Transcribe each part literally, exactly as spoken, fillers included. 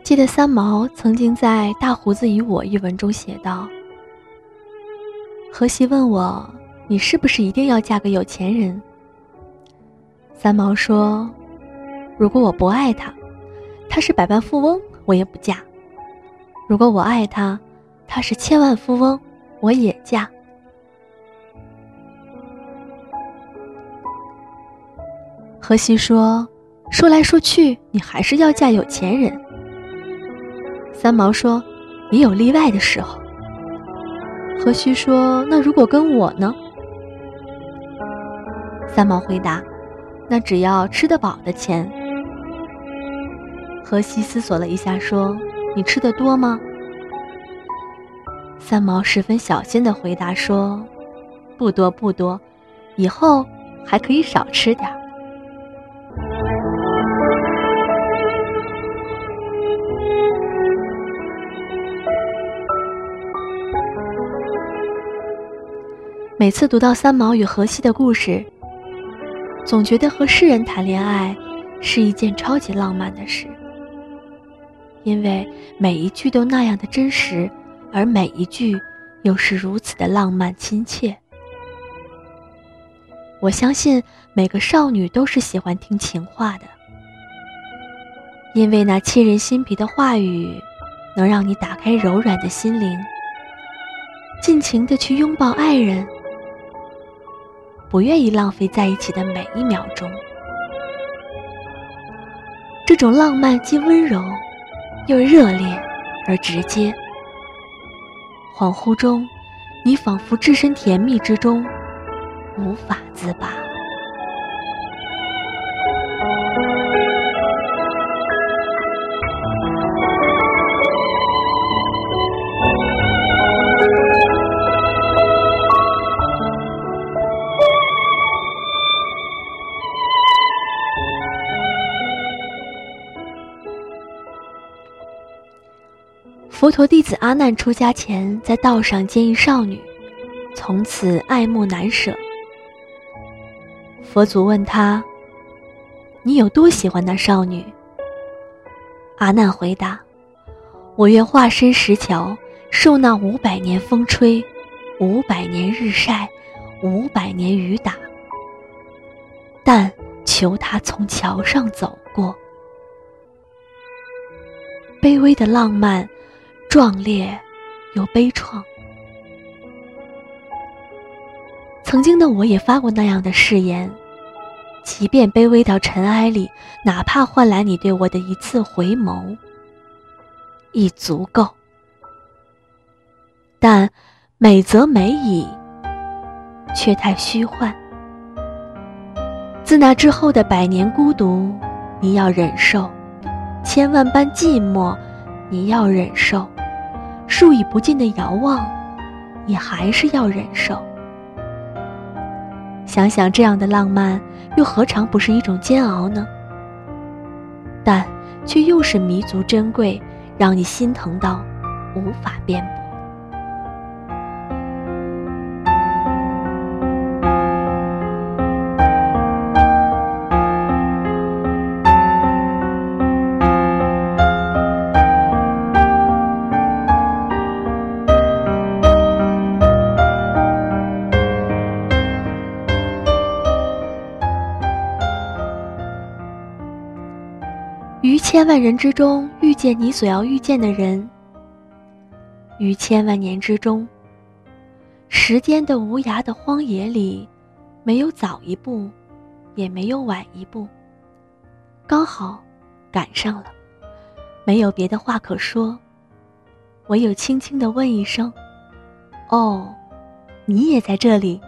记得三毛曾经在《大胡子与我》一文中写道，荷西问我，你是不是一定要嫁个有钱人？三毛说，如果我不爱他，他是百万富翁，我也不嫁；如果我爱他，他是千万富翁，我也嫁。荷西说，说来说去，你还是要嫁有钱人。三毛说，也有例外的时候。荷西说，那如果跟我呢？三毛回答，那只要吃得饱的钱。荷西思索了一下说，你吃得多吗？三毛十分小心地回答说，不多不多，以后还可以少吃点。每次读到三毛与荷西的故事，总觉得和诗人谈恋爱是一件超级浪漫的事，因为每一句都那样的真实，而每一句又是如此的浪漫亲切。我相信每个少女都是喜欢听情话的，因为那沁人心脾的话语能让你打开柔软的心灵，尽情地去拥抱爱人，不愿意浪费在一起的每一秒钟。这种浪漫既温柔又热烈而直接，恍惚中你仿佛置身甜蜜之中，无法自拔。佛陀弟子阿难出家前，在道上见一少女，从此爱慕难舍。佛祖问他，你有多喜欢那少女？阿难回答，我愿化身石桥，受那五百年风吹，五百年日晒，五百年雨打，但求他从桥上走过。卑微的浪漫，壮烈又悲怆。曾经的我也发过那样的誓言，即便卑微到尘埃里，哪怕换来你对我的一次回眸，亦足够。但美则美矣，却太虚幻。自那之后的百年孤独，你要忍受；千万般寂寞，你要忍受；数以不尽的遥望，你还是要忍受。想想这样的浪漫，又何尝不是一种煎熬呢？但却又是弥足珍贵，让你心疼到无法辩驳。于千万人之中遇见你所要遇见的人，于千万年之中，时间的无涯的荒野里，没有早一步，也没有晚一步，刚好赶上了，没有别的话可说，唯有轻轻地问一声，哦，你也在这里。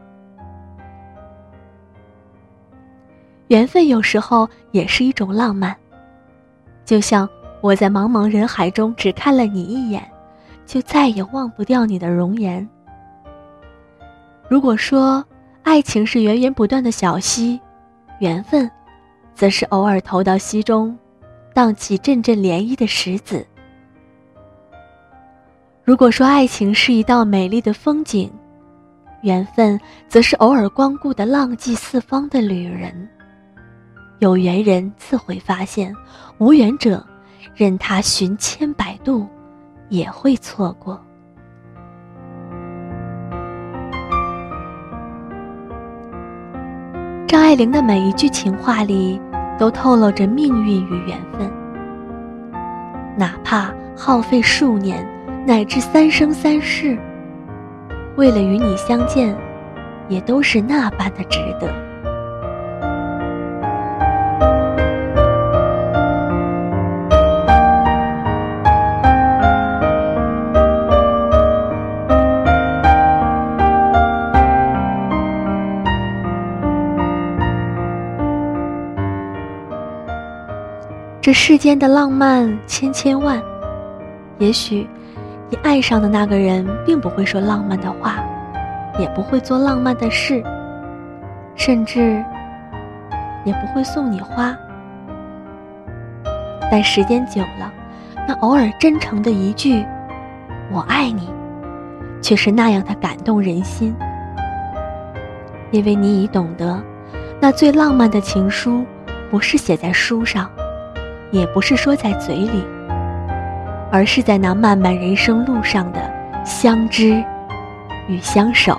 缘分有时候也是一种浪漫，就像我在茫茫人海中只看了你一眼，就再也忘不掉你的容颜。如果说爱情是源源不断的小溪，缘分则是偶尔投到溪中荡起阵阵涟漪的石子。如果说爱情是一道美丽的风景，缘分则是偶尔光顾的浪迹四方的旅人。有缘人自会发现，无缘者任他寻千百度，也会错过。张爱玲的每一句情话里，都透露着命运与缘分。哪怕耗费数年，乃至三生三世，为了与你相见，也都是那般的值得。这世间的浪漫千千万，也许你爱上的那个人并不会说浪漫的话，也不会做浪漫的事，甚至也不会送你花。但时间久了，那偶尔真诚的一句“我爱你”，却是那样的感动人心。因为你已懂得，那最浪漫的情书，不是写在书上，也不是说在嘴里，而是在那漫漫人生路上的相知与相守。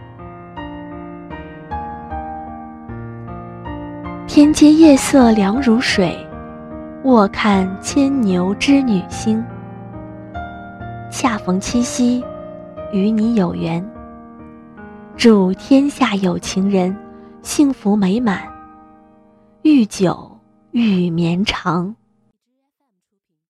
天阶夜色凉如水，卧看牵牛织女星。恰逢七夕，与你有缘，祝天下有情人幸福美满，愈久愈绵长。